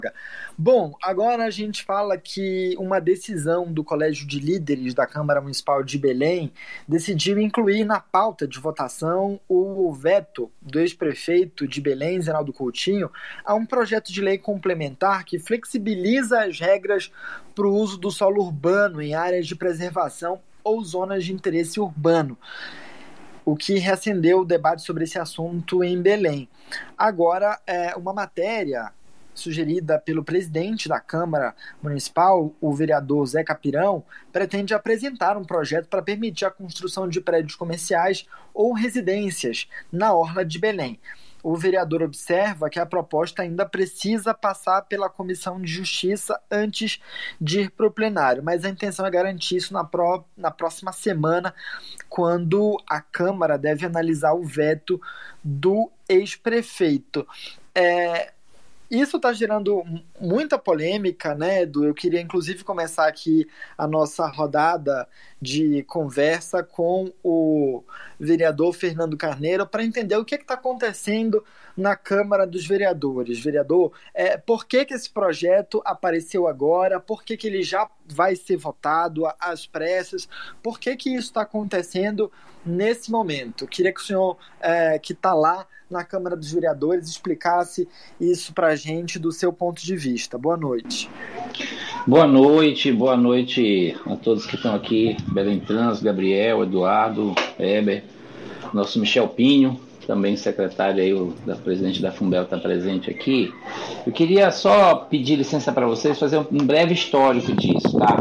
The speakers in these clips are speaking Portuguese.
Bom, agora a gente fala que uma decisão do Colégio de Líderes da Câmara Municipal de Belém decidiu incluir na pauta de votação o veto do ex-prefeito de Belém, Zenaldo Coutinho, a um projeto de lei complementar que flexibiliza as regras para o uso do solo urbano em áreas de preservação ou zonas de interesse urbano, o que reacendeu o debate sobre esse assunto em Belém. Agora, uma matéria sugerida pelo presidente da Câmara Municipal, o vereador Zé Capirão, pretende apresentar um projeto para permitir a construção de prédios comerciais ou residências na orla de Belém. O vereador observa que a proposta ainda precisa passar pela Comissão de Justiça antes de ir para o plenário, mas a intenção é garantir isso na próxima semana, quando a Câmara deve analisar o veto do ex-prefeito. Isso está gerando muita polêmica, né, Edu? Eu queria, inclusive, começar aqui a nossa rodada de conversa com o vereador Fernando Carneiro para entender o que está acontecendo na Câmara dos Vereadores. Vereador, por que esse projeto apareceu agora? Por que ele já vai ser votado às pressas? Por que isso está acontecendo nesse momento? Eu queria que o senhor, que está lá na Câmara dos Vereadores, explicasse isso para a gente do seu ponto de vista. Boa noite. Boa noite a todos que estão aqui, Belém Trans, Gabriel, Eduardo, Heber, nosso Michel Pinho, também secretário aí, da presidente da Fumbel está presente aqui. Eu queria só pedir licença para vocês, fazer um breve histórico disso, tá?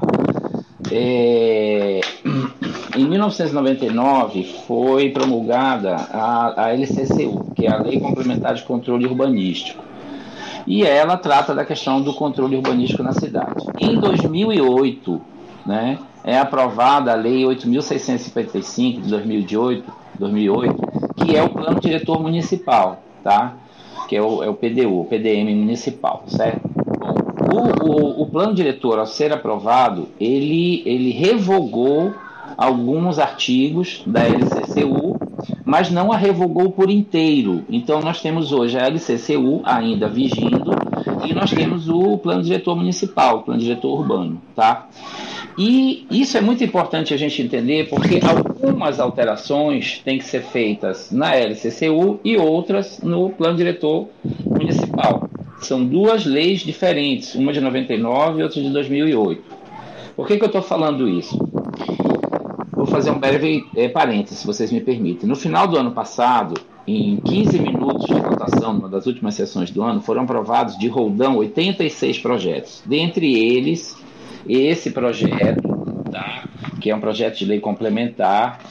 Em 1999 foi promulgada a LCCU, que é a Lei Complementar de Controle Urbanístico, e ela trata da questão do controle urbanístico na cidade. Em 2008, né, é aprovada a Lei 8.655 de 2008, que é o Plano Diretor Municipal, tá? Que é o PDU, o PDM municipal, certo? O plano diretor, ao ser aprovado, ele revogou alguns artigos da LCCU, mas não a revogou por inteiro. Então, nós temos hoje a LCCU ainda vigindo e nós temos o plano diretor municipal, o plano diretor urbano, tá? E isso é muito importante a gente entender, porque algumas alterações têm que ser feitas na LCCU e outras no plano diretor municipal. São duas leis diferentes, uma de 99 e outra de 2008. Por que eu estou falando isso? Vou fazer um breve parênteses, se vocês me permitem. No final do ano passado, em 15 minutos de votação, numa das últimas sessões do ano, foram aprovados de roldão 86 projetos. Dentre eles, esse projeto, tá, que é um projeto de lei complementar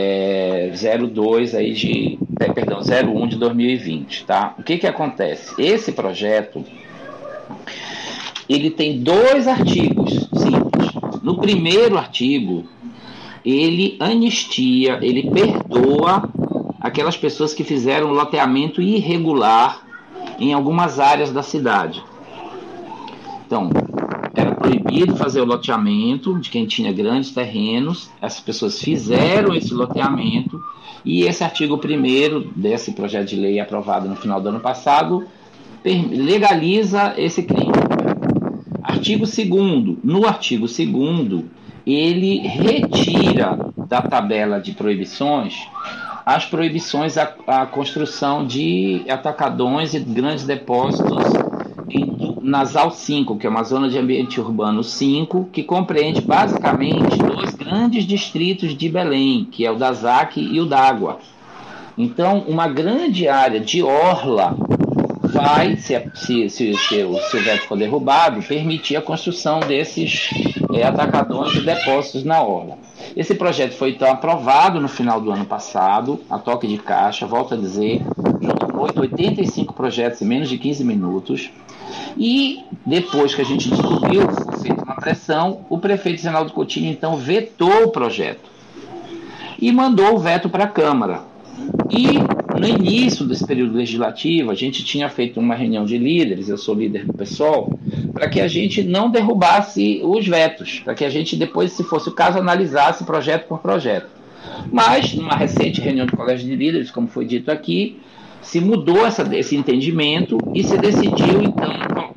01 de 2020, tá? O que acontece? Esse projeto, ele tem 2 artigos simples. No primeiro artigo, ele anistia, ele perdoa aquelas pessoas que fizeram loteamento irregular em algumas áreas da cidade. Então, era proibido fazer o loteamento de quem tinha grandes terrenos. Essas pessoas fizeram esse loteamento e esse artigo 1º desse projeto de lei aprovado no final do ano passado legaliza esse crime. Artigo 2º. No artigo 2º, ele retira da tabela de proibições as proibições à construção de atacadões e grandes depósitos na ZAL 5, que é uma zona de ambiente urbano 5, que compreende basicamente 2 grandes distritos de Belém, que é o da ZAC e o d'Água. Então, uma grande área de orla vai, se o veto for derrubado, permitir a construção desses atacadões e depósitos na orla. Esse projeto foi então aprovado no final do ano passado, a toque de caixa, volto a dizer, junto com 85 projetos em menos de 15 minutos. E depois que a gente descobriu, foi feita uma pressão, o prefeito Zenaldo Coutinho então vetou o projeto e mandou o veto para a Câmara. E no início desse período legislativo, a gente tinha feito uma reunião de líderes, eu sou líder do PSOL, para que a gente não derrubasse os vetos, para que a gente depois, se fosse o caso, analisasse projeto por projeto. Mas, numa recente reunião de colégio de líderes, como foi dito aqui, se mudou esse entendimento e se decidiu, então,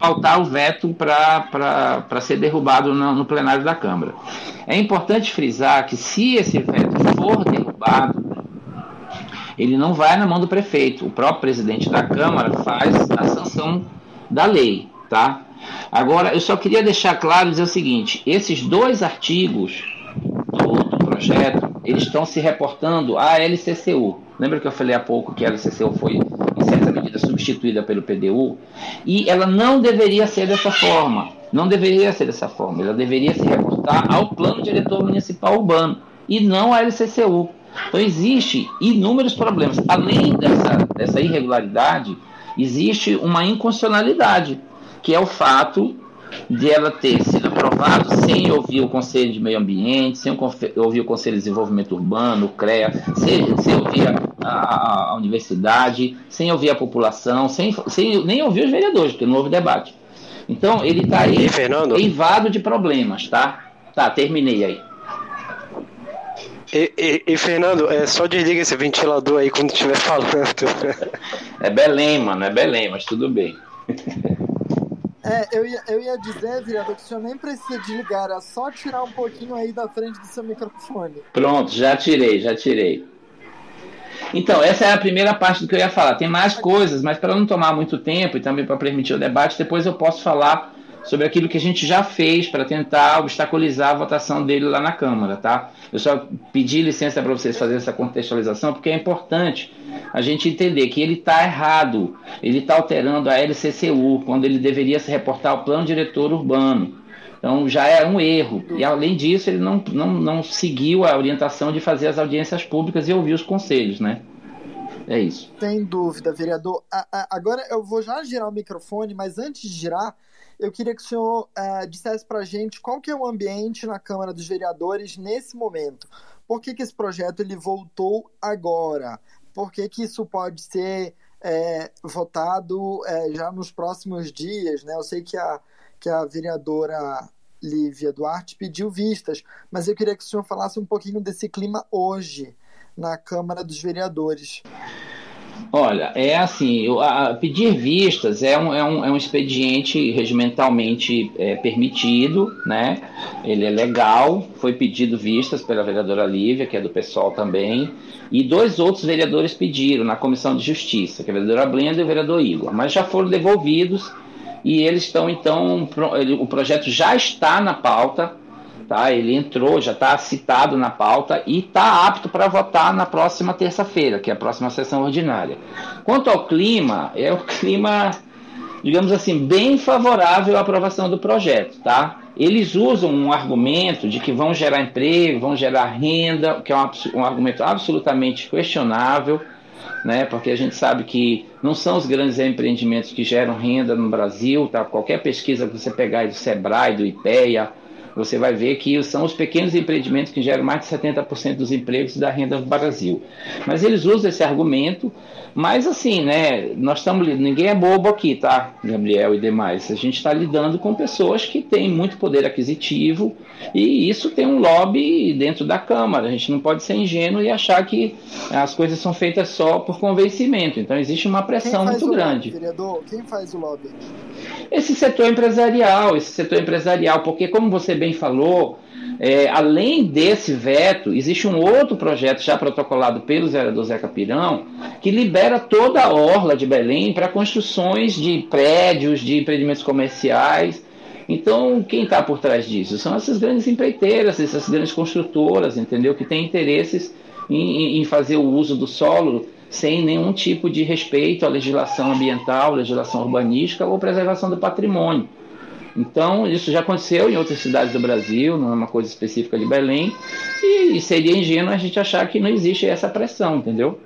pautar o veto para ser derrubado no plenário da Câmara. É importante frisar que se esse veto for derrubado, ele não vai na mão do prefeito. O próprio presidente da Câmara faz a sanção da lei, tá? Agora, eu só queria deixar claro e dizer o seguinte: esses dois artigos do projeto, eles estão se reportando à LCCU. Lembra que eu falei há pouco que a LCCU foi, em certa medida, substituída pelo PDU? E ela não deveria ser dessa forma. Não deveria ser dessa forma. Ela deveria se reportar ao Plano Diretor Municipal Urbano e não à LCCU. Então, existe inúmeros problemas. Além dessa irregularidade, existe uma inconstitucionalidade, que é o fato de ela ter sido aprovada sem ouvir o Conselho de Meio Ambiente, sem ouvir o Conselho de Desenvolvimento Urbano, o CREA, sem ouvir a universidade, sem ouvir a população, sem nem ouvir os vereadores, porque não houve debate. Então, ele está aí eivado de problemas, tá? Tá, terminei aí. Fernando, só desliga esse ventilador aí quando estiver falando. É Belém, mano, é Belém, mas tudo bem. Eu ia dizer, vereador, que o senhor nem precisa desligar, é só tirar um pouquinho aí da frente do seu microfone. Pronto, já tirei. Então, essa é a primeira parte do que eu ia falar. Tem mais coisas, mas para não tomar muito tempo e também para permitir o debate, depois eu posso falar sobre aquilo que a gente já fez para tentar obstaculizar a votação dele lá na Câmara, tá? Eu só pedi licença para vocês fazerem essa contextualização, porque é importante a gente entender que ele está errado, ele está alterando a LCCU, quando ele deveria se reportar ao Plano Diretor Urbano. Então já é um erro. E além disso, ele não seguiu a orientação de fazer as audiências públicas e ouvir os conselhos, né? É isso. Sem dúvida, vereador. Agora eu vou já girar o microfone, mas antes de girar, eu queria que o senhor dissesse para a gente qual que é o ambiente na Câmara dos Vereadores nesse momento. Por que esse projeto ele voltou agora? Por que isso pode ser votado já nos próximos dias, né? Eu sei que a vereadora Lívia Duarte pediu vistas, mas eu queria que o senhor falasse um pouquinho desse clima hoje na Câmara dos Vereadores. Olha, é assim, pedir vistas é um expediente regimentalmente permitido, né? Ele é legal, foi pedido vistas pela vereadora Lívia, que é do PSOL também, e 2 outros vereadores pediram na Comissão de Justiça, que é a vereadora Blenda e o vereador Igor, mas já foram devolvidos e eles estão, então, o projeto já está na pauta, tá? Ele entrou, já está citado na pauta e está apto para votar na próxima terça-feira, que é a próxima sessão ordinária. Quanto ao clima, é o clima, digamos assim, bem favorável à aprovação do projeto, tá? Eles usam um argumento de que vão gerar emprego, vão gerar renda, que é um argumento absolutamente questionável, né? Porque a gente sabe que não são os grandes empreendimentos que geram renda no Brasil, tá? Qualquer pesquisa que você pegar aí do Sebrae, do IPEA, você vai ver que são os pequenos empreendimentos que geram mais de 70% dos empregos e da renda no Brasil. Mas eles usam esse argumento, mas assim, né, ninguém é bobo aqui, tá, Gabriel e demais. A gente está lidando com pessoas que têm muito poder aquisitivo e isso tem um lobby dentro da Câmara. A gente não pode ser ingênuo e achar que as coisas são feitas só por convencimento. Então existe uma pressão muito grande. Lobby, vereador? Quem faz o lobby? Esse setor empresarial, porque como você bem falou, além desse veto, existe um outro projeto já protocolado pelo vereador Zé Capirão, que libera toda a orla de Belém para construções de prédios, de empreendimentos comerciais. Então, quem está por trás disso? São essas grandes empreiteiras, essas grandes construtoras, entendeu? Que têm interesses em fazer o uso do solo sem nenhum tipo de respeito à legislação ambiental, legislação urbanística ou preservação do patrimônio. Então, isso já aconteceu em outras cidades do Brasil, não é uma coisa específica de Belém, e seria ingênuo a gente achar que não existe essa pressão, entendeu?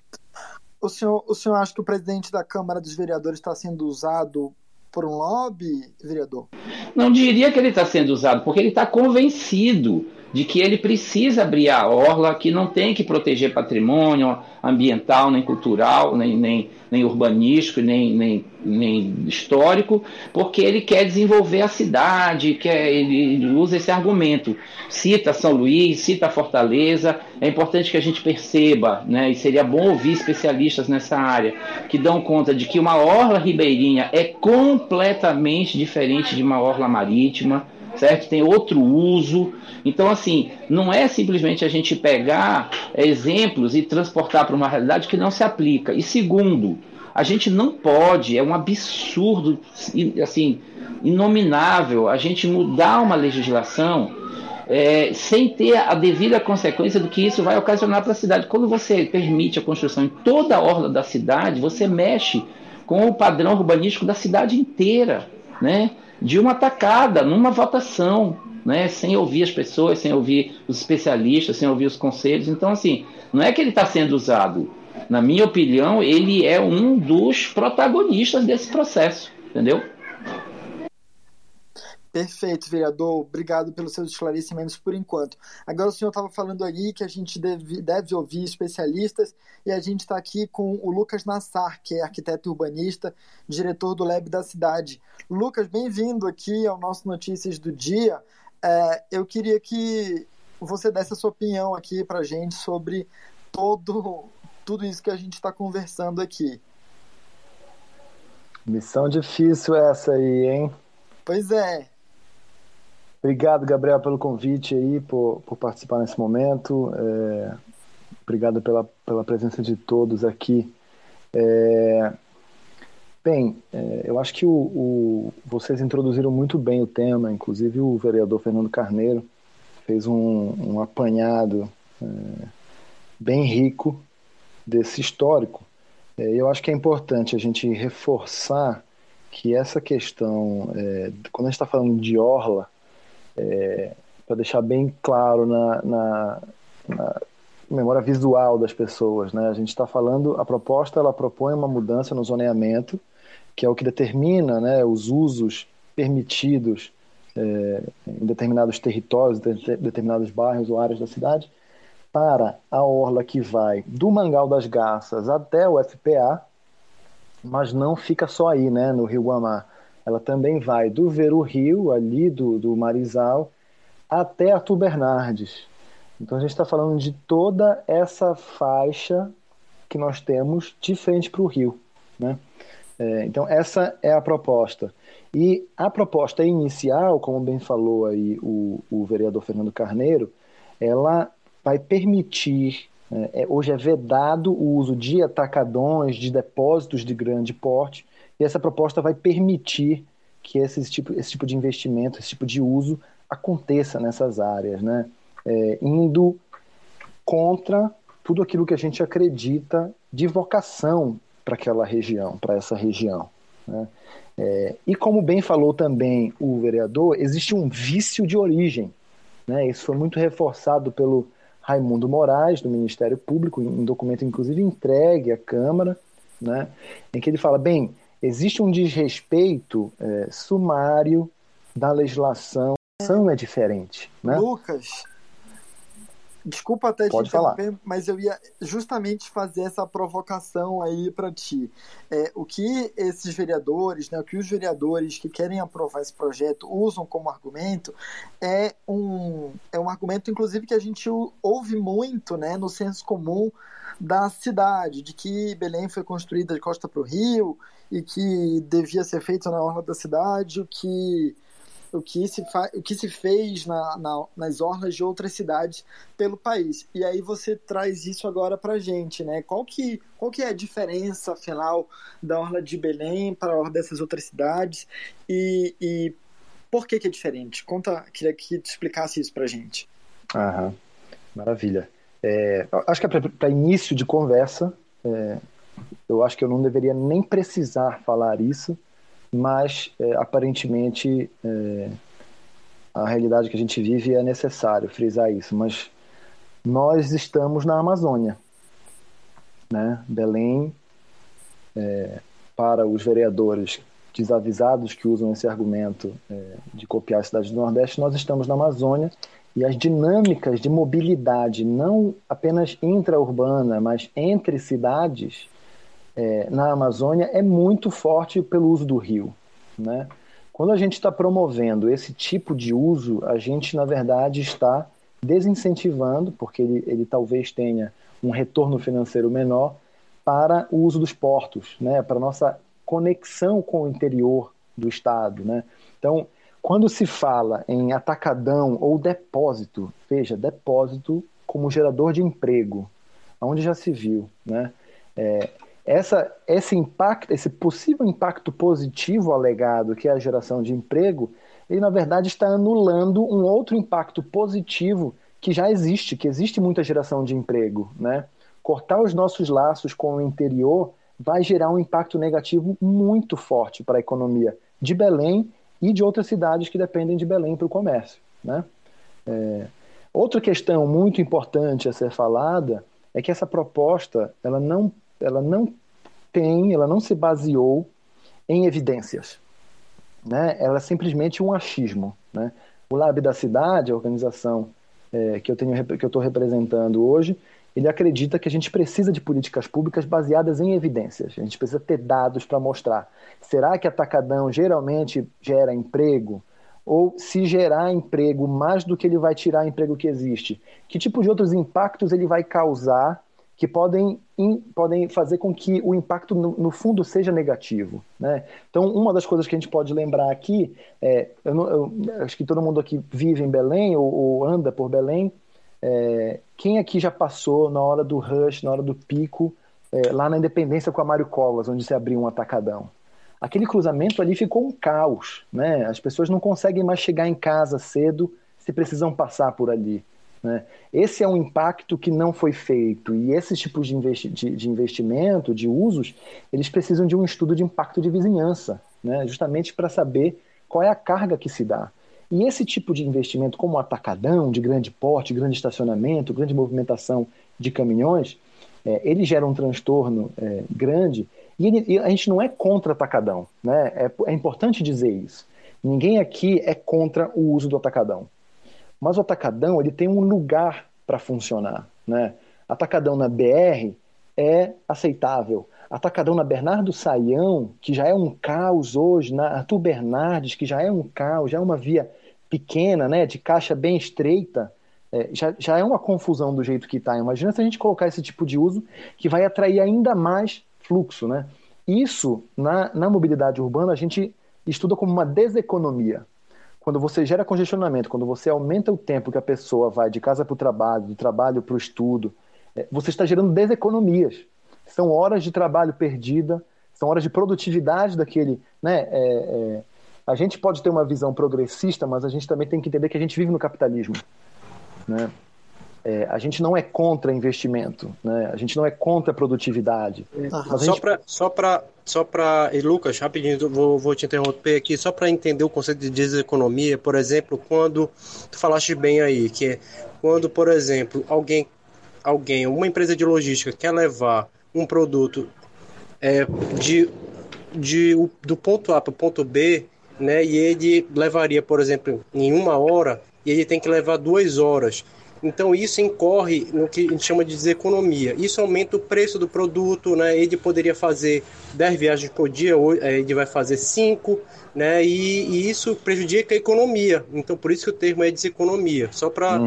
O senhor acha que o presidente da Câmara dos Vereadores está sendo usado por um lobby, vereador? Não diria que ele está sendo usado, porque ele está convencido de que ele precisa abrir a orla, que não tem que proteger patrimônio ambiental, nem cultural, nem urbanístico, nem histórico, porque ele quer desenvolver a cidade, ele usa esse argumento. Cita São Luís, cita Fortaleza. É importante que a gente perceba, né, e seria bom ouvir especialistas nessa área, que dão conta de que uma orla ribeirinha é completamente diferente de uma orla marítima, certo? Tem outro uso. Então, assim, não é simplesmente a gente pegar exemplos e transportar para uma realidade que não se aplica. E segundo, a gente não pode, é um absurdo, assim, inominável, a gente mudar uma legislação sem ter a devida consequência do que isso vai ocasionar para a cidade. Quando você permite a construção em toda a orla da cidade, você mexe com o padrão urbanístico da cidade inteira, né? De uma tacada, numa votação, né? Sem ouvir as pessoas, sem ouvir os especialistas, sem ouvir os conselhos. Então, assim, não é que ele está sendo usado. Na minha opinião, ele é um dos protagonistas desse processo, entendeu? Perfeito, vereador. Obrigado pelos seus esclarecimentos por enquanto. Agora o senhor estava falando aí que a gente deve ouvir especialistas e a gente está aqui com o Lucas Nassar, que é arquiteto urbanista, diretor do LEB da cidade. Lucas, bem-vindo aqui ao nosso Notícias do Dia. Eu queria que você desse a sua opinião aqui para a gente sobre tudo isso que a gente está conversando aqui. Missão difícil essa aí, hein? Pois é. Obrigado, Gabriel, pelo convite aí, por participar nesse momento. Obrigado pela presença de todos aqui. Eu acho que vocês introduziram muito bem o tema, inclusive o vereador Fernando Carneiro fez um apanhado bem rico desse histórico. Eu acho que é importante a gente reforçar que essa questão, quando a gente está falando de orla, para deixar bem claro na memória visual das pessoas, né? A gente está falando, a proposta ela propõe uma mudança no zoneamento, que é o que determina, né, os usos permitidos em determinados territórios, determinados bairros ou áreas da cidade, para a orla que vai do Mangal das Garças até o FPA, mas não fica só aí, né, no Rio Guamá. Ela também vai do Veru Rio, ali do Marizal, até Arthur Bernardes. Então a gente está falando de toda essa faixa que nós temos de frente para o rio, né? Então essa é a proposta. E a proposta inicial, como bem falou aí o vereador Fernando Carneiro, ela vai permitir, hoje é vedado o uso de atacadões, de depósitos de grande porte, e essa proposta vai permitir que esse tipo de investimento, esse tipo de uso aconteça nessas áreas, né? Indo contra tudo aquilo que a gente acredita de vocação para aquela região, para essa região, né? E como bem falou também o vereador, existe um vício de origem, né? Isso foi muito reforçado pelo Raimundo Moraes, do Ministério Público, em documento inclusive entregue à Câmara, né? Em que ele fala, existe um desrespeito sumário da legislação, a legislação é diferente, né? Lucas, desculpa até te interromper, mas eu ia justamente fazer essa provocação aí para ti. O que esses vereadores, né, o que os vereadores que querem aprovar esse projeto usam como argumento é um argumento, inclusive, que a gente ouve muito, né, no senso comum da cidade, de que Belém foi construída de costa para o rio e que devia ser feito na orla da cidade, o que se fez nas orlas de outras cidades pelo país. E aí você traz isso agora para a gente, né? Qual que é a diferença, afinal, da orla de Belém para a orla dessas outras cidades? E por que é diferente? Queria que tu explicasse isso para a gente. Maravilha. Acho que para início de conversa, eu acho que eu não deveria nem precisar falar isso, mas aparentemente a realidade que a gente vive é necessário frisar isso. Mas nós estamos na Amazônia, né? Belém, para os vereadores desavisados que usam esse argumento de copiar a cidade do Nordeste, nós estamos na Amazônia e as dinâmicas de mobilidade, não apenas intra-urbana, mas entre cidades, na Amazônia é muito forte pelo uso do rio, né? Quando a gente está promovendo esse tipo de uso, a gente, na verdade, está desincentivando, porque ele talvez tenha um retorno financeiro menor, para o uso dos portos, né? Para a nossa conexão com o interior do Estado, né? Então, quando se fala em atacadão ou depósito, veja, depósito como gerador de emprego, onde já se viu, né? Esse possível impacto positivo alegado, que é a geração de emprego, ele, na verdade, está anulando um outro impacto positivo que já existe, que existe muita geração de emprego, né? Cortar os nossos laços com o interior vai gerar um impacto negativo muito forte para a economia de Belém e de outras cidades que dependem de Belém para o comércio, né? Outra questão muito importante a ser falada é que essa proposta ela não se baseou em evidências, né? Ela é simplesmente um achismo, né? O Lab da Cidade, a organização que eu estou representando hoje, ele acredita que a gente precisa de políticas públicas baseadas em evidências. A gente precisa ter dados para mostrar. Será que atacadão geralmente gera emprego? Ou se gerar emprego mais do que ele vai tirar emprego que existe? Que tipo de outros impactos ele vai causar que podem fazer com que o impacto, no fundo, seja negativo, né? Então, uma das coisas que a gente pode lembrar aqui, eu acho que todo mundo aqui vive em Belém ou anda por Belém. Quem aqui já passou na hora do rush, na hora do pico, lá na Independência com a Mário Covas, onde se abriu um atacadão? Aquele cruzamento ali ficou um caos, né? As pessoas não conseguem mais chegar em casa cedo se precisam passar por ali, né? Esse é um impacto que não foi feito, e esses tipos de investimento, de usos, eles precisam de um estudo de impacto de vizinhança, né? Justamente para saber qual é a carga que se dá. E esse tipo de investimento, como o atacadão, de grande porte, grande estacionamento, grande movimentação de caminhões, ele gera um transtorno grande, e a gente não é contra atacadão, né? É importante dizer isso. Ninguém aqui é contra o uso do atacadão. Mas o atacadão, ele tem um lugar para funcionar, né? Atacadão na BR é aceitável. Atacadão na Bernardo Saião, que já é um caos hoje, na Arthur Bernardes, que já é um caos, já é uma via pequena, né, de caixa bem estreita, já é uma confusão do jeito que está. Imagina se a gente colocar esse tipo de uso que vai atrair ainda mais fluxo, né? Isso, na mobilidade urbana, a gente estuda como uma deseconomia. Quando você gera congestionamento, quando você aumenta o tempo que a pessoa vai de casa para o trabalho, do trabalho para o estudo, você está gerando deseconomias. São horas de trabalho perdida, são horas de produtividade daquele, né? A gente pode ter uma visão progressista, mas a gente também tem que entender que a gente vive no capitalismo, né? A gente não é contra investimento, né? A gente não é contra a produtividade. Só para Lucas, rapidinho, vou te interromper aqui, só para entender o conceito de deseconomia. Por exemplo, quando tu falaste bem aí, que é quando, por exemplo, uma empresa de logística quer levar um produto do ponto A para o ponto B, né, e ele levaria, por exemplo, em 1 hora, e ele tem que levar 2 horas. Então isso incorre no que a gente chama de deseconomia. Isso aumenta o preço do produto, né? Ele poderia fazer 10 viagens por dia, ele vai fazer 5, né? E isso prejudica a economia. Então por isso que o termo é deseconomia. Só para...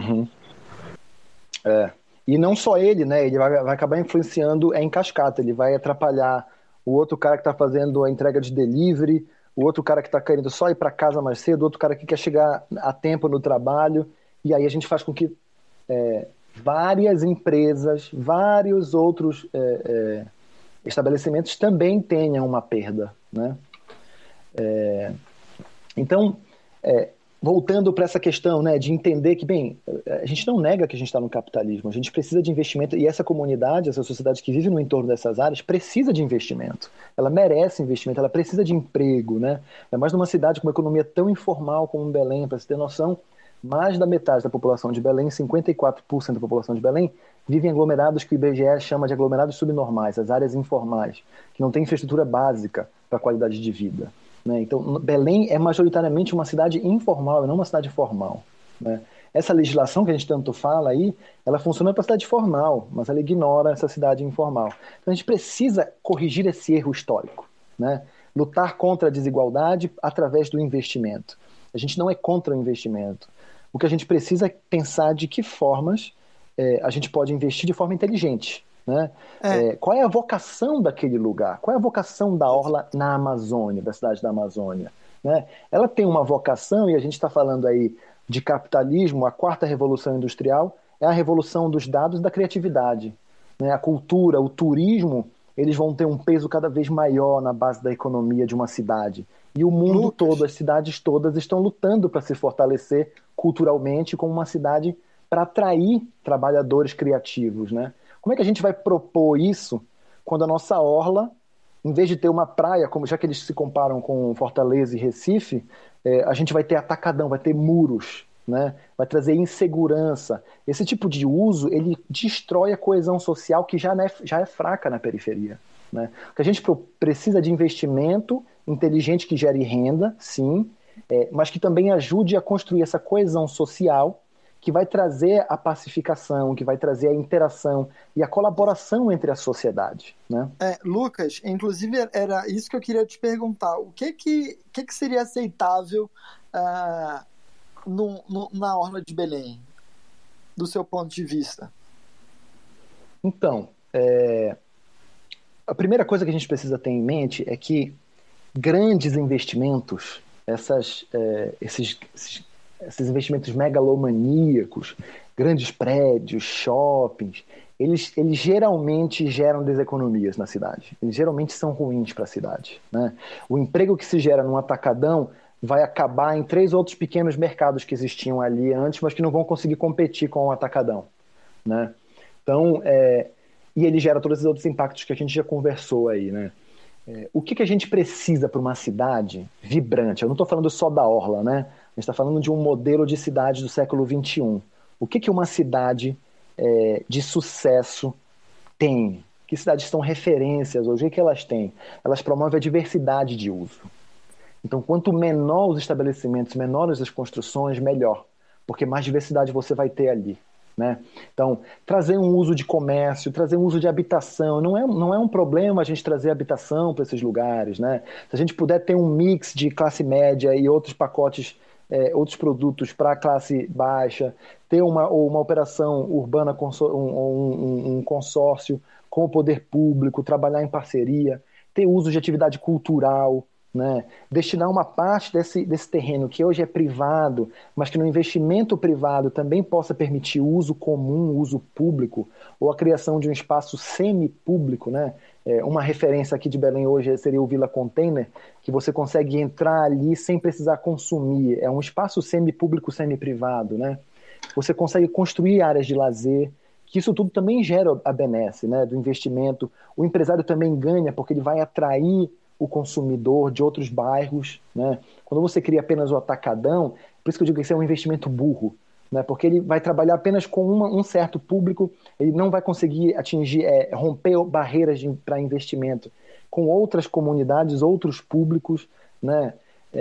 E não só ele, né? Ele vai acabar influenciando em cascata. Ele vai atrapalhar o outro cara que está fazendo a entrega de delivery, o outro cara que está querendo só ir para casa mais cedo, o outro cara que quer chegar a tempo no trabalho. E aí a gente faz com que várias empresas, vários outros estabelecimentos também tenham uma perda, né? Então, voltando para essa questão, né, de entender que, bem, a gente não nega que a gente está no capitalismo, a gente precisa de investimento, e essa comunidade, essa sociedade que vive no entorno dessas áreas precisa de investimento, ela merece investimento, ela precisa de emprego, né? É mais numa cidade com uma economia tão informal como Belém, para você ter noção. Mais da metade da população de Belém, 54% da população de Belém, vive em aglomerados que o IBGE chama de aglomerados subnormais, as áreas informais, que não têm infraestrutura básica para a qualidade de vida, né? Então, Belém é majoritariamente uma cidade informal e não uma cidade formal, né? Essa legislação que a gente tanto fala aí, ela funciona para a cidade formal, mas ela ignora essa cidade informal. Então, a gente precisa corrigir esse erro histórico, né? Lutar contra a desigualdade através do investimento. A gente não é contra o investimento. O que a gente precisa é pensar de que formas a gente pode investir de forma inteligente, né? Qual é a vocação daquele lugar? Qual é a vocação da orla na Amazônia, da cidade da Amazônia? né? Ela tem uma vocação, e a gente está falando aí de capitalismo, a quarta revolução industrial é a revolução dos dados e da criatividade, né? A cultura, o turismo, eles vão ter um peso cada vez maior na base da economia de uma cidade. E o mundo todo, as cidades todas estão lutando para se fortalecer culturalmente como uma cidade para atrair trabalhadores criativos, né? Como é que a gente vai propor isso quando a nossa orla, em vez de ter uma praia, como já que eles se comparam com Fortaleza e Recife, a gente vai ter atacadão, vai ter muros, né? Vai trazer insegurança. Esse tipo de uso, ele destrói a coesão social que já é fraca na periferia, né? Porque a gente precisa de investimento inteligente que gere renda, sim, mas que também ajude a construir essa coesão social que vai trazer a pacificação, que vai trazer a interação e a colaboração entre a sociedade, né? Lucas, inclusive era isso que eu queria te perguntar. O que seria aceitável na Orla de Belém, do seu ponto de vista? Então, a primeira coisa que a gente precisa ter em mente é que grandes investimentos, esses investimentos megalomaníacos, grandes prédios, shoppings, eles geralmente geram deseconomias na cidade. Eles geralmente são ruins para a cidade, né? O emprego que se gera num atacadão vai acabar em 3 outros pequenos mercados que existiam ali antes, mas que não vão conseguir competir com o atacadão, né? Então, e ele gera todos esses outros impactos que a gente já conversou aí, né? O que a gente precisa para uma cidade vibrante? Eu não estou falando só da orla, né? A gente está falando de um modelo de cidade do século XXI. O que uma cidade de sucesso tem? Que cidades são referências hoje? O que elas têm? Elas promovem a diversidade de uso. Então, quanto menor os estabelecimentos, menores as construções, melhor. Porque mais diversidade você vai ter ali, né? Então, trazer um uso de comércio, trazer um uso de habitação, não é um problema a gente trazer habitação para esses lugares, né? Se a gente puder ter um mix de classe média e outros pacotes, outros produtos para a classe baixa, ter uma operação urbana, um consórcio com o poder público, trabalhar em parceria, ter uso de atividade cultural, né? Destinar uma parte desse terreno que hoje é privado, mas que no investimento privado também possa permitir uso comum, uso público, ou a criação de um espaço semi-público, né? Uma referência aqui de Belém hoje seria o Vila Container, que você consegue entrar ali sem precisar consumir. É um espaço semi-público, semi-privado, né? Você consegue construir áreas de lazer, que isso tudo também gera a benesse, né? Do investimento. O empresário também ganha, porque ele vai atrair o consumidor de outros bairros, né? Quando você cria apenas o atacadão, por isso que eu digo que isso é um investimento burro, né? Porque ele vai trabalhar apenas com um certo público, ele não vai conseguir romper barreiras para investimento com outras comunidades, outros públicos, né?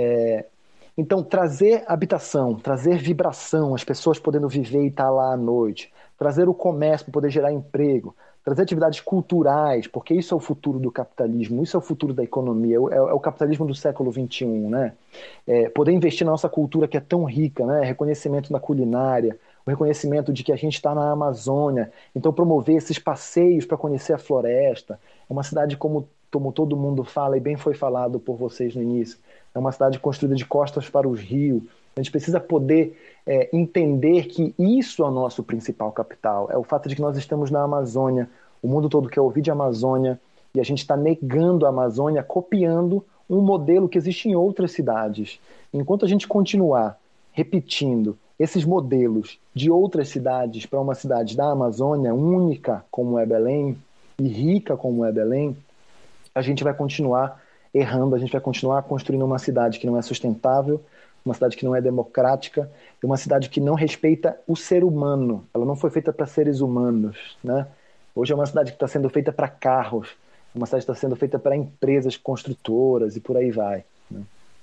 Então, trazer habitação, trazer vibração, as pessoas podendo viver e estar lá à noite, trazer o comércio para poder gerar emprego, trazer atividades culturais, porque isso é o futuro do capitalismo, isso é o futuro da economia, é o capitalismo do século XXI, né? Poder investir na nossa cultura que é tão rica, né? Reconhecimento da culinária, o reconhecimento de que a gente está na Amazônia, então promover esses passeios para conhecer a floresta. É uma cidade, como todo mundo fala, e bem foi falado por vocês no início, é uma cidade construída de costas para os rios. A gente precisa poder entender que isso é o nosso principal capital, é o fato de que nós estamos na Amazônia, o mundo todo quer ouvir de Amazônia, e a gente está negando a Amazônia, copiando um modelo que existe em outras cidades. Enquanto a gente continuar repetindo esses modelos de outras cidades para uma cidade da Amazônia, única como é Belém, e rica como é Belém, a gente vai continuar errando, a gente vai continuar construindo uma cidade que não é sustentável, uma cidade que não é democrática, e uma cidade que não respeita o ser humano. Ela não foi feita para seres humanos, né? Hoje é uma cidade que está sendo feita para carros, uma cidade que está sendo feita para empresas construtoras e por aí vai, né?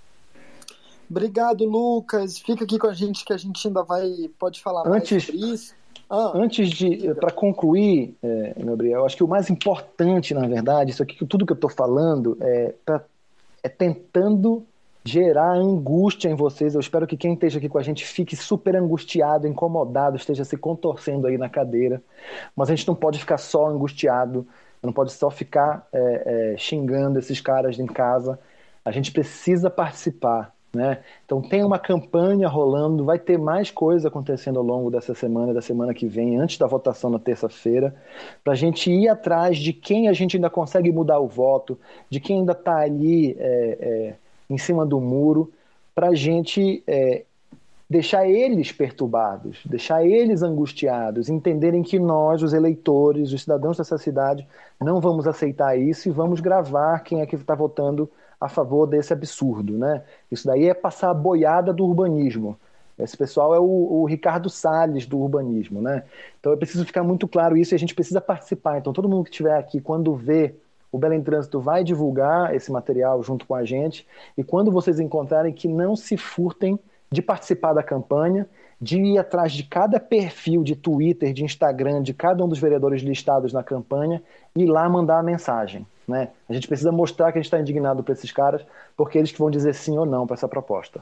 Obrigado, Lucas. Fica aqui com a gente que a gente ainda pode falar mais sobre isso. Para concluir, Gabriel, eu acho que o mais importante, na verdade, isso aqui, tudo que eu estou falando, é tentando gerar angústia em vocês. Eu espero que quem esteja aqui com a gente fique super angustiado, incomodado, esteja se contorcendo aí na cadeira. Mas a gente não pode ficar só angustiado, não pode só ficar xingando esses caras em casa. A gente precisa participar, né? Então tem uma campanha rolando, vai ter mais coisa acontecendo ao longo dessa semana e da semana que vem, antes da votação na terça-feira, para a gente ir atrás de quem a gente ainda consegue mudar o voto, de quem ainda está ali em cima do muro, para a gente deixar eles perturbados, deixar eles angustiados, entenderem que nós, os eleitores, os cidadãos dessa cidade, não vamos aceitar isso e vamos gravar quem é que está votando a favor desse absurdo, né? Isso daí é passar a boiada do urbanismo. Esse pessoal é o Ricardo Salles do urbanismo, né? Então é preciso ficar muito claro isso e a gente precisa participar. Então todo mundo que estiver aqui, quando vê o Belém Trânsito, vai divulgar esse material junto com a gente, e quando vocês encontrarem, que não se furtem de participar da campanha, de ir atrás de cada perfil de Twitter, de Instagram, de cada um dos vereadores listados na campanha e ir lá mandar a mensagem, né? A gente precisa mostrar que a gente está indignado para esses caras, porque eles que vão dizer sim ou não para essa proposta.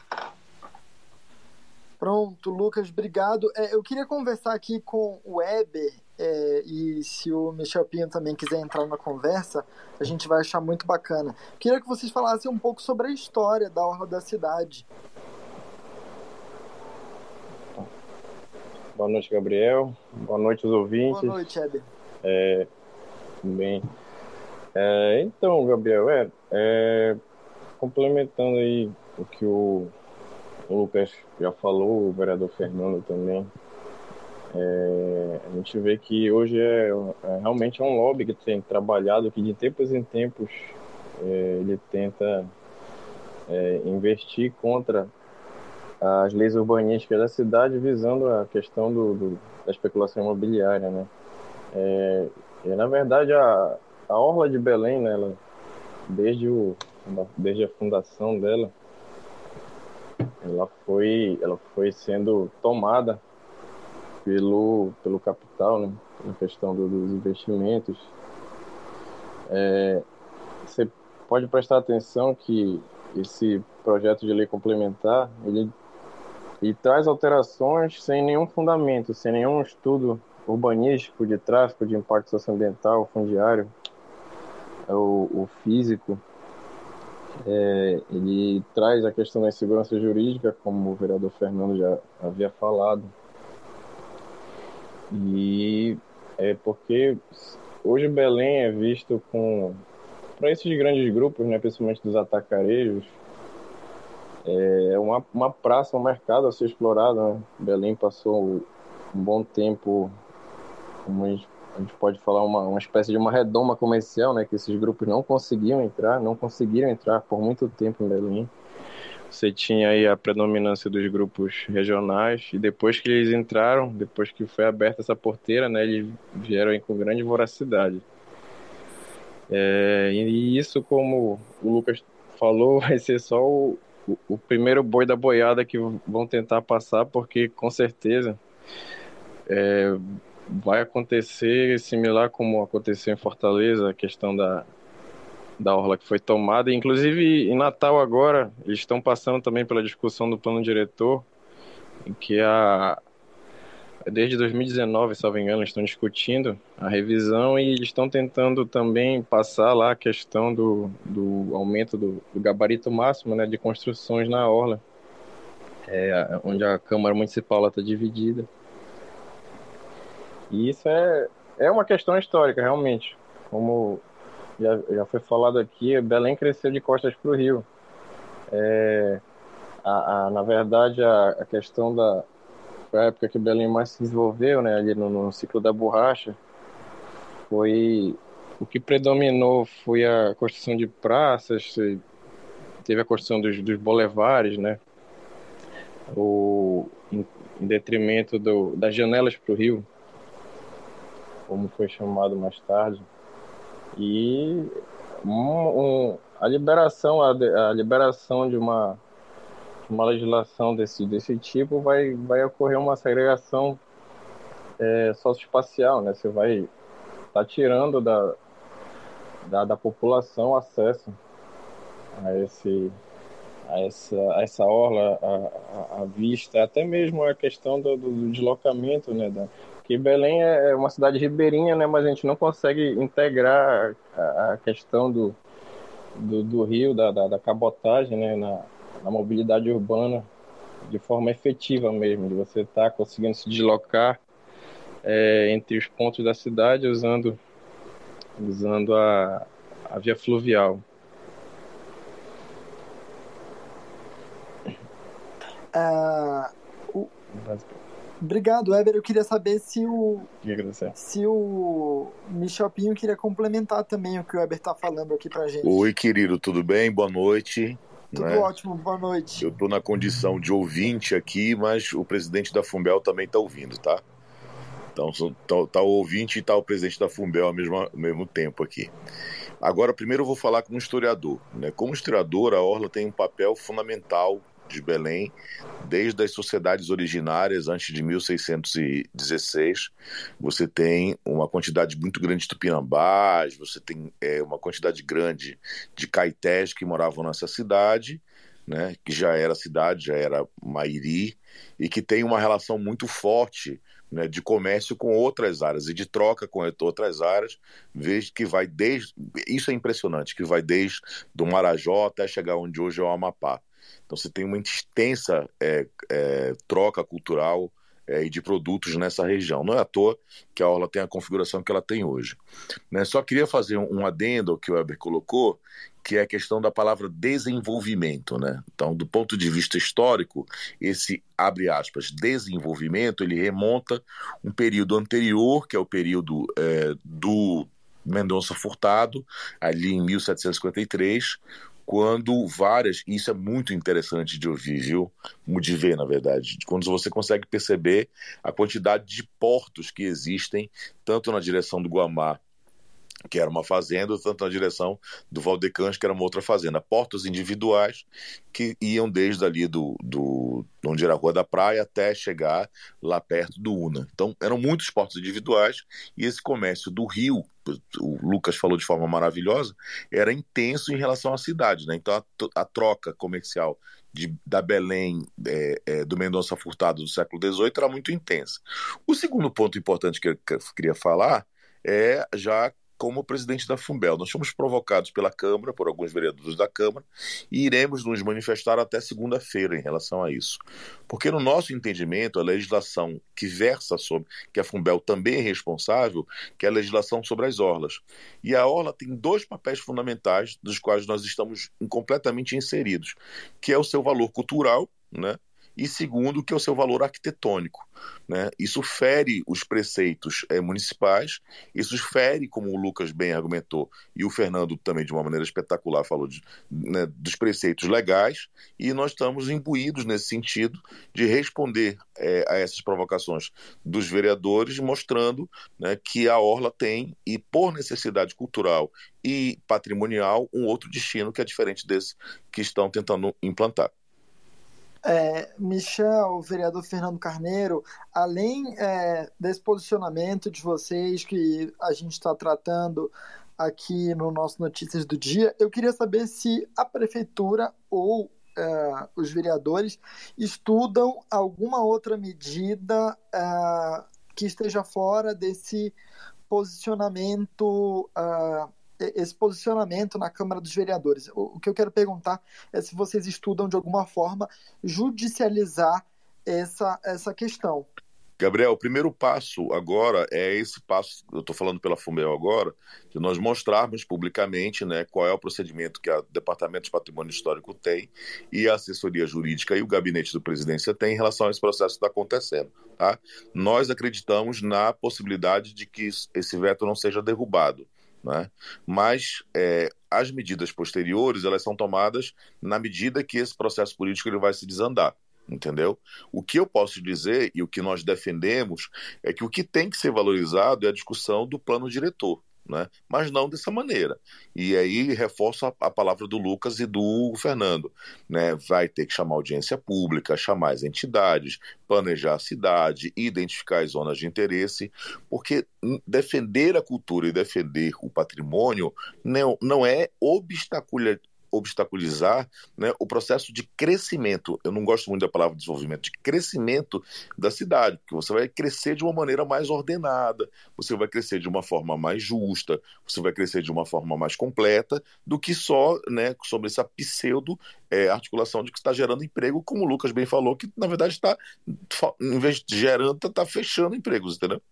Pronto, Lucas, obrigado. Eu queria conversar aqui com o Weber, e se o Michel Pinho também quiser entrar na conversa, a gente vai achar muito bacana. Queria que vocês falassem um pouco sobre a história da Orla da Cidade. Boa noite, Gabriel. Boa noite, os ouvintes. Boa noite, Weber. Bem. Então, Gabriel, complementando aí o que o Lucas já falou, o vereador Fernando também, a gente vê que hoje realmente é um lobby que tem trabalhado, que de tempos em tempos ele tenta investir contra as leis urbanísticas da cidade, visando a questão da especulação imobiliária, né? Na verdade, a Orla de Belém, né, desde a fundação dela, ela foi sendo tomada pelo capital, né, na questão dos investimentos. Você pode prestar atenção que esse projeto de lei complementar, ele traz alterações sem nenhum fundamento, sem nenhum estudo urbanístico, de tráfego, de impacto socioambiental, fundiário, o físico. Ele traz a questão da insegurança jurídica, como o vereador Fernando já havia falado. E porque hoje Belém é visto para esses grandes grupos, né, principalmente dos atacarejos, uma praça, um mercado a ser explorado, né? Belém passou um bom tempo, como a gente pode falar, uma espécie de uma redoma comercial, né? Que esses grupos não conseguiram entrar por muito tempo em Belém. Você tinha aí a predominância dos grupos regionais, e depois que eles entraram, depois que foi aberta essa porteira, né, eles vieram aí com grande voracidade. E isso, como o Lucas falou, vai ser só o primeiro boi da boiada que vão tentar passar, porque com certeza vai acontecer similar como aconteceu em Fortaleza, a questão da orla que foi tomada. Inclusive, em Natal agora, eles estão passando também pela discussão do plano diretor, em que desde 2019, se não me engano, eles estão discutindo a revisão e eles estão tentando também passar lá a questão do aumento do gabarito máximo, né, de construções na orla, onde a Câmara Municipal está dividida. E isso é uma questão histórica, realmente. Como já foi falado aqui, Belém cresceu de costas para o rio. Na verdade, a questão a época que Belém mais se desenvolveu, né, ali no ciclo da borracha, o que predominou foi a construção de praças, teve a construção dos bulevares, né, em detrimento das janelas para o rio, como foi chamado mais tarde. E a liberação de uma legislação desse tipo vai ocorrer uma segregação socioespacial, né? Você vai estar tirando da população acesso a essa orla, a vista, até mesmo a questão do deslocamento, né? Que Belém é uma cidade ribeirinha, né? Mas a gente não consegue integrar a questão do rio, da cabotagem, né, na mobilidade urbana, de forma efetiva mesmo, de você estar conseguindo se deslocar entre os pontos da cidade usando a via fluvial. Obrigado, Weber. Eu queria saber se o Michel Pinho queria complementar também o que o Weber está falando aqui pra gente. Oi, querido, tudo bem? Boa noite. Tudo ótimo, boa noite. Eu estou na condição de ouvinte aqui, mas o presidente da Funbel também está ouvindo, tá? Então, tá o ouvinte e tá o presidente da Funbel ao mesmo tempo aqui. Agora, primeiro eu vou falar como historiador, né? Como historiador, a Orla tem um papel fundamental de Belém, desde as sociedades originárias, antes de 1616, você tem uma quantidade muito grande de tupinambás, você tem uma quantidade grande de caetés que moravam nessa cidade, né, que já era cidade, já era Mairi, e que tem uma relação muito forte, né, de comércio com outras áreas e de troca com outras áreas, veja que vai desde, isso é impressionante, que vai desde do Marajó até chegar onde hoje é o Amapá. Então você tem uma extensa troca cultural e de produtos nessa região. Não é à toa que a Orla tem a configuração que ela tem hoje. Né? Só queria fazer um adendo ao que o Weber colocou, que é a questão da palavra desenvolvimento. Né? Então, do ponto de vista histórico, esse, abre aspas, desenvolvimento, ele remonta um período anterior, que é o período do Mendonça Furtado, ali em 1753, quando isso é muito interessante de ouvir, viu? De ver, na verdade, quando você consegue perceber a quantidade de portos que existem, tanto na direção do Guamá, que era uma fazenda, tanto na direção do Valdecães, que era uma outra fazenda. Portos individuais que iam desde ali onde era a Rua da Praia até chegar lá perto do Una. Então, eram muitos portos individuais e esse comércio do rio, o Lucas falou de forma maravilhosa, era intenso em relação à cidade. Né? Então, a troca comercial da Belém, do Mendonça Furtado do século XVIII era muito intensa. O segundo ponto importante que eu queria falar é já como presidente da Funbel. Nós fomos provocados pela Câmara, por alguns vereadores da Câmara, e iremos nos manifestar até segunda-feira em relação a isso. Porque no nosso entendimento, a legislação que versa sobre, que a Funbel também é responsável, que é a legislação sobre as orlas. E a orla tem dois papéis fundamentais, dos quais nós estamos completamente inseridos, que é o seu valor cultural, né? E segundo, que é o seu valor arquitetônico. Né? Isso fere os preceitos municipais, isso fere, como o Lucas bem argumentou, e o Fernando também de uma maneira espetacular falou dos preceitos legais, e nós estamos imbuídos nesse sentido de responder a essas provocações dos vereadores, mostrando, né, que a Orla tem, e por necessidade cultural e patrimonial, um outro destino que é diferente desse que estão tentando implantar. Michel, vereador Fernando Carneiro, além desse posicionamento de vocês que a gente está tratando aqui no nosso Notícias do Dia, eu queria saber se a prefeitura ou os vereadores estudam alguma outra medida que esteja fora desse posicionamento esse posicionamento na Câmara dos Vereadores. O que eu quero perguntar é se vocês estudam de alguma forma judicializar essa questão. Gabriel, o primeiro passo agora é esse passo, eu estou falando pela Funbel agora, de nós mostrarmos publicamente, né, qual é o procedimento que o Departamento de Patrimônio Histórico tem e a assessoria jurídica e o gabinete do Presidência tem em relação a esse processo que está acontecendo. Tá? Nós acreditamos na possibilidade de que esse veto não seja derrubado. Né? Mas as medidas posteriores elas são tomadas na medida que esse processo político ele vai se desandar, entendeu? O que eu posso dizer e o que nós defendemos é que o que tem que ser valorizado é a discussão do plano diretor, né? Mas não dessa maneira. E aí reforço a palavra do Lucas e do Fernando, né? Vai ter que chamar audiência pública, chamar as entidades, planejar a cidade, identificar as zonas de interesse, porque defender a cultura e defender o patrimônio não é obstaculizar, né, o processo de crescimento. Eu não gosto muito da palavra desenvolvimento, de crescimento da cidade, porque você vai crescer de uma maneira mais ordenada, você vai crescer de uma forma mais justa, você vai crescer de uma forma mais completa do que só, né, sobre essa pseudo articulação de que está gerando emprego, como o Lucas bem falou, que na verdade está, em vez de gerando, está fechando empregos, entendeu?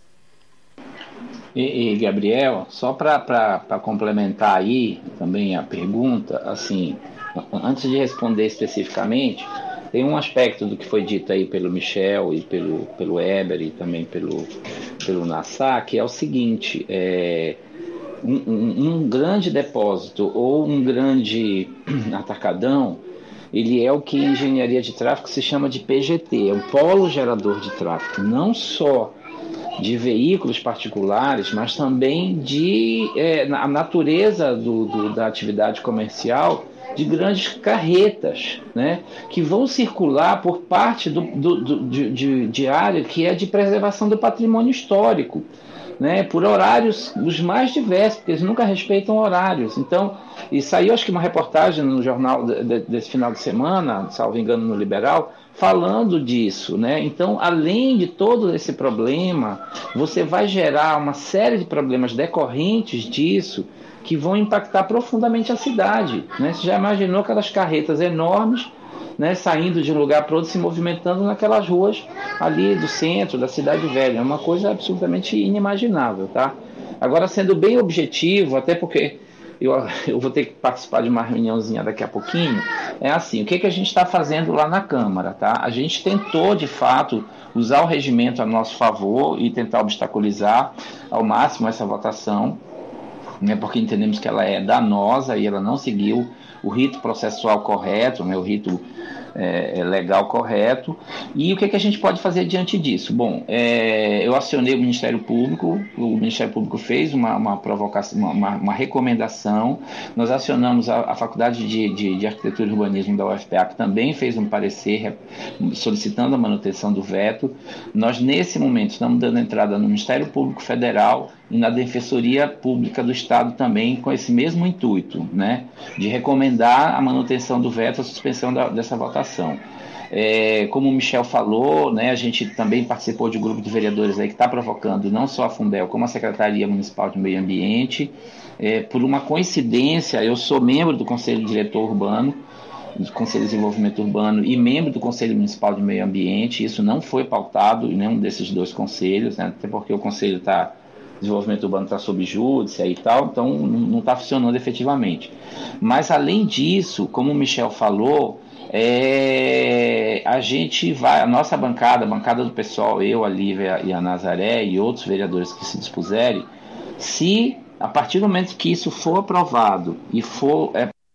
E Gabriel, só para complementar aí também a pergunta, assim, antes de responder especificamente, tem um aspecto do que foi dito aí pelo Michel e pelo Eber e também pelo Nassar, que é o seguinte: um grande depósito ou um grande atacadão, ele é o que em engenharia de tráfego se chama de PGT, é um polo gerador de tráfego, não só de veículos particulares, mas também a natureza da atividade comercial, de grandes carretas, né, que vão circular por parte de área que é de preservação do patrimônio histórico, né, por horários os mais diversos, porque eles nunca respeitam horários. Então, e saiu acho que uma reportagem no jornal desse final de semana, salvo engano no Liberal, falando disso, né? Então, além de todo esse problema, você vai gerar uma série de problemas decorrentes disso que vão impactar profundamente a cidade, né? Você já imaginou aquelas carretas enormes, né, saindo de um lugar para outro, se movimentando naquelas ruas ali do centro, da cidade velha? É uma coisa absolutamente inimaginável, tá? Agora, sendo bem objetivo, até porque eu vou ter que participar de uma reuniãozinha daqui a pouquinho, é assim, o que a gente está fazendo lá na Câmara, tá? A gente tentou, de fato, usar o regimento a nosso favor e tentar obstaculizar ao máximo essa votação, né, porque entendemos que ela é danosa e ela não seguiu o rito processual correto, né, o rito legal correto. E o que a gente pode fazer diante disso? Bom, eu acionei o Ministério Público fez uma provocação, uma recomendação, nós acionamos a Faculdade de Arquitetura e Urbanismo da UFPA, que também fez um parecer solicitando a manutenção do veto. Nós, nesse momento, estamos dando entrada no Ministério Público Federal e na Defensoria Pública do Estado também, com esse mesmo intuito, né, de recomendar a manutenção do veto, a suspensão dessa votação. Como o Michel falou, né, a gente também participou de um grupo de vereadores aí que está provocando não só a Fundel, como a Secretaria Municipal de Meio Ambiente. Por uma coincidência, eu sou membro do Conselho Diretor Urbano, do Conselho de Desenvolvimento Urbano e membro do Conselho Municipal de Meio Ambiente. Isso não foi pautado em nenhum desses dois conselhos, né, até porque o Conselho Desenvolvimento Urbano está sob júdice e tal, então não está funcionando efetivamente. Mas, além disso, como o Michel falou, a nossa bancada, a bancada do pessoal, eu, a Lívia e a Nazaré e outros vereadores que se dispuserem, se a partir do momento que isso for aprovado e for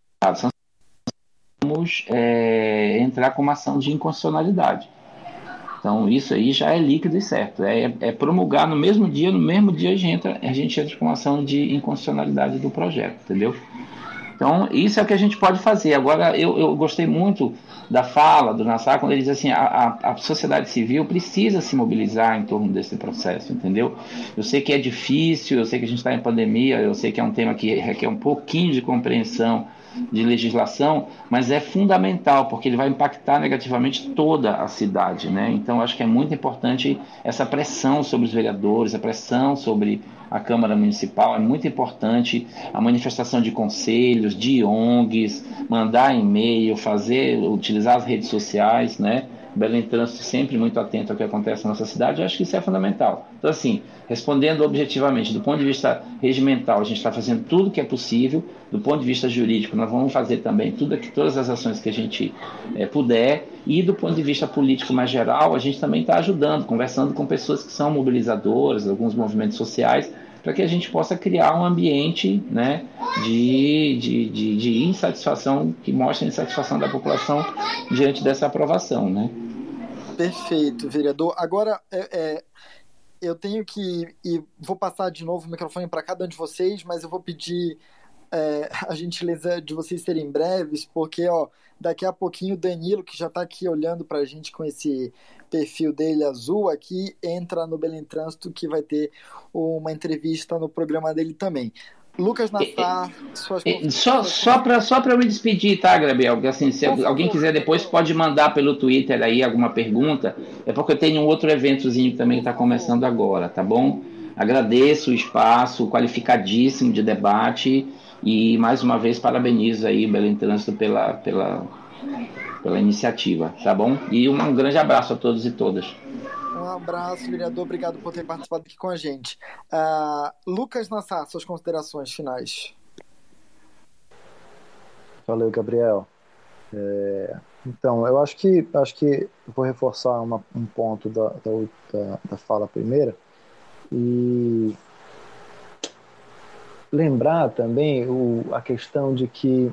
vamos entrar com uma ação de inconstitucionalidade. Então, isso aí já é líquido e certo. É promulgar no mesmo dia a gente entra com uma ação de inconstitucionalidade do projeto, entendeu? Então, isso é o que a gente pode fazer. Agora, eu gostei muito da fala do Nassar, quando ele diz assim, a sociedade civil precisa se mobilizar em torno desse processo, entendeu? Eu sei que é difícil, eu sei que a gente está em pandemia, eu sei que é um tema que requer um pouquinho de compreensão de legislação, mas é fundamental, porque ele vai impactar negativamente toda a cidade, né? Então, acho que é muito importante essa pressão sobre os vereadores, a pressão sobre a Câmara Municipal, é muito importante a manifestação de conselhos, de ONGs, mandar e-mail, utilizar as redes sociais, né? Belém Trânsito sempre muito atento ao que acontece na nossa cidade, eu acho que isso é fundamental. Então, assim, respondendo objetivamente, do ponto de vista regimental, a gente está fazendo tudo que é possível, do ponto de vista jurídico, nós vamos fazer também todas as ações que a gente puder, e do ponto de vista político mais geral, a gente também está ajudando, conversando com pessoas que são mobilizadoras, alguns movimentos sociais, para que a gente possa criar um ambiente, né, de insatisfação, que mostre a insatisfação da população diante dessa aprovação, né? Perfeito, vereador. Agora, eu tenho que... E vou passar de novo o microfone para cada um de vocês, mas eu vou pedir a gentileza de vocês serem breves, porque daqui a pouquinho o Danilo, que já está aqui olhando para a gente com esse perfil dele azul aqui, entra no Belém Trânsito, que vai ter uma entrevista no programa dele também. Lucas Nassar, Só para eu me despedir, tá, Gabriel? Assim, se alguém quiser depois pode mandar pelo Twitter aí alguma pergunta. É porque eu tenho um outro eventozinho que também está começando agora, tá bom? Agradeço o espaço qualificadíssimo de debate e mais uma vez parabenizo aí o Belém Trânsito pela iniciativa, tá bom? E um grande abraço a todos e todas. Um abraço, vereador. Obrigado por ter participado aqui com a gente. Lucas Nassar, suas considerações finais. Valeu, Gabriel. Então, eu acho que vou reforçar um ponto da fala primeira e lembrar também a questão de que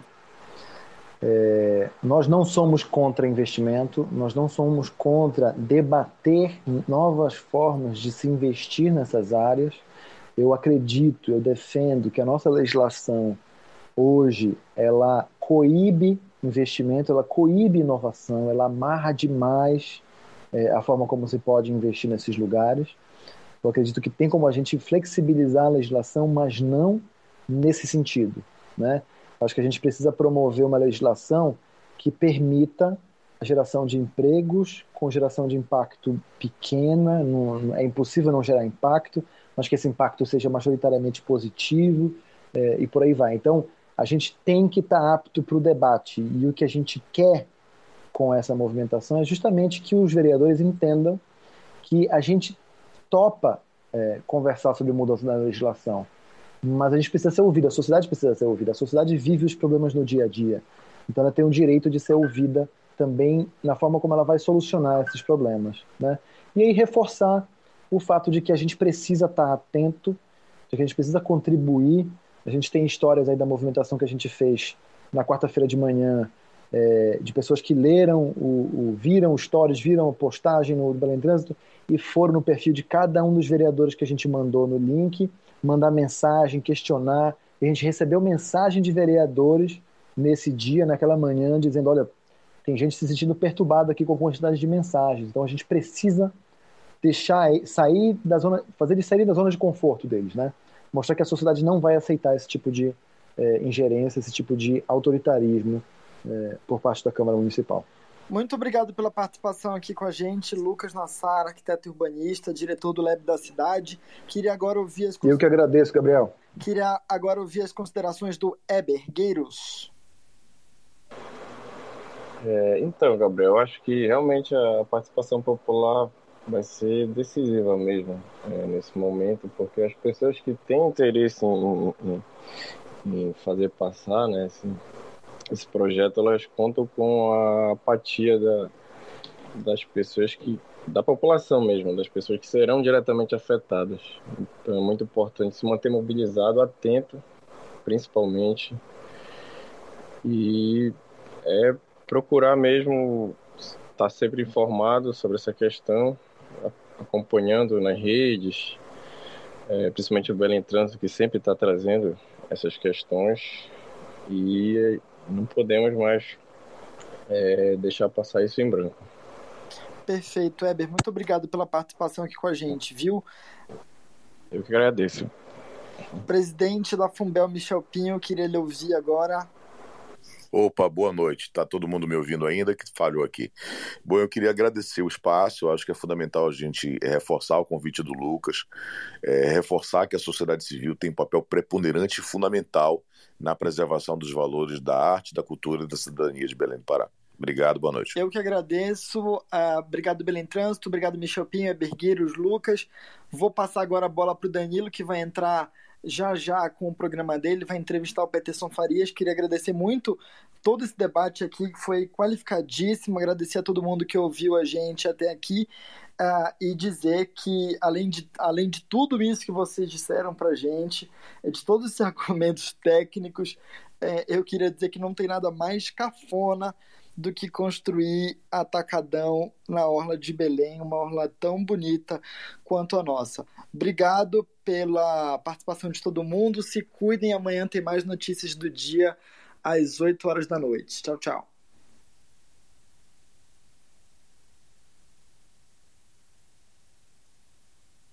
nós não somos contra investimento, nós não somos contra debater novas formas de se investir nessas áreas. Eu acredito, eu defendo que a nossa legislação hoje, ela coíbe investimento, ela coíbe inovação, ela amarra demais a forma como se pode investir nesses lugares. Eu acredito que tem como a gente flexibilizar a legislação, mas não nesse sentido, né? Acho que a gente precisa promover uma legislação que permita a geração de empregos com geração de impacto pequena, é impossível não gerar impacto, mas que esse impacto seja majoritariamente positivo e por aí vai. Então, a gente tem que estar apto para o debate e o que a gente quer com essa movimentação é justamente que os vereadores entendam que a gente topa conversar sobre mudança na legislação, mas a gente precisa ser ouvido, a sociedade precisa ser ouvida, a sociedade vive os problemas no dia a dia, então ela tem o direito de ser ouvida também na forma como ela vai solucionar esses problemas, né? E aí reforçar o fato de que a gente precisa estar atento, de que a gente precisa contribuir. A gente tem histórias aí da movimentação que a gente fez na quarta-feira de manhã, de pessoas que leram, viram stories, viram a postagem no Belém Trânsito e foram no perfil de cada um dos vereadores que a gente mandou no link, mandar mensagem, questionar. E a gente recebeu mensagem de vereadores nesse dia, naquela manhã, dizendo, olha, tem gente se sentindo perturbada aqui com a quantidade de mensagens. Então a gente precisa fazer eles saírem da zona de conforto deles, né? Mostrar que a sociedade não vai aceitar esse tipo de ingerência, esse tipo de autoritarismo por parte da Câmara Municipal. Muito obrigado pela participação aqui com a gente, Lucas Nassar, arquiteto urbanista, diretor do LEB da cidade. Queria agora ouvir Eu que agradeço, Gabriel. Queria agora ouvir as considerações do Eber Gueiros. Então, Gabriel, acho que realmente a participação popular vai ser decisiva mesmo nesse momento, porque as pessoas que têm interesse em fazer passar, né, esse projeto, elas contam com a apatia das pessoas da população mesmo, das pessoas que serão diretamente afetadas. Então é muito importante se manter mobilizado, atento, principalmente, e procurar mesmo estar sempre informado sobre essa questão, acompanhando nas redes, principalmente o Belém Trânsito, que sempre está trazendo essas questões, e não podemos mais deixar passar isso em branco. Perfeito, Eber. Muito obrigado pela participação aqui com a gente, viu? Eu que agradeço. Presidente da Fumbel, Michel Pinho, queria lhe ouvir agora. Opa, boa noite. Tá todo mundo me ouvindo ainda? Que falhou aqui. Bom, eu queria agradecer o espaço. Eu acho que é fundamental a gente reforçar o convite do Lucas, reforçar que a sociedade civil tem um papel preponderante e fundamental na preservação dos valores da arte, da cultura e da cidadania de Belém do Pará. Obrigado, boa noite. Eu que agradeço. Obrigado, Belém Trânsito. Obrigado, Michel Pinho, Eber Gueiros, Lucas. Vou passar agora a bola para o Danilo, que vai entrar já com o programa dele, vai entrevistar o Peterson Farias. Queria agradecer muito todo esse debate aqui, que foi qualificadíssimo, agradecer a todo mundo que ouviu a gente até aqui, e dizer que, além de tudo isso que vocês disseram pra gente, de todos esses argumentos técnicos, eu queria dizer que não tem nada mais cafona do que construir atacadão na orla de Belém, uma orla tão bonita quanto a nossa. Obrigado pela participação de todo mundo, se cuidem, amanhã tem mais notícias do dia às 8 horas da noite. Tchau, tchau.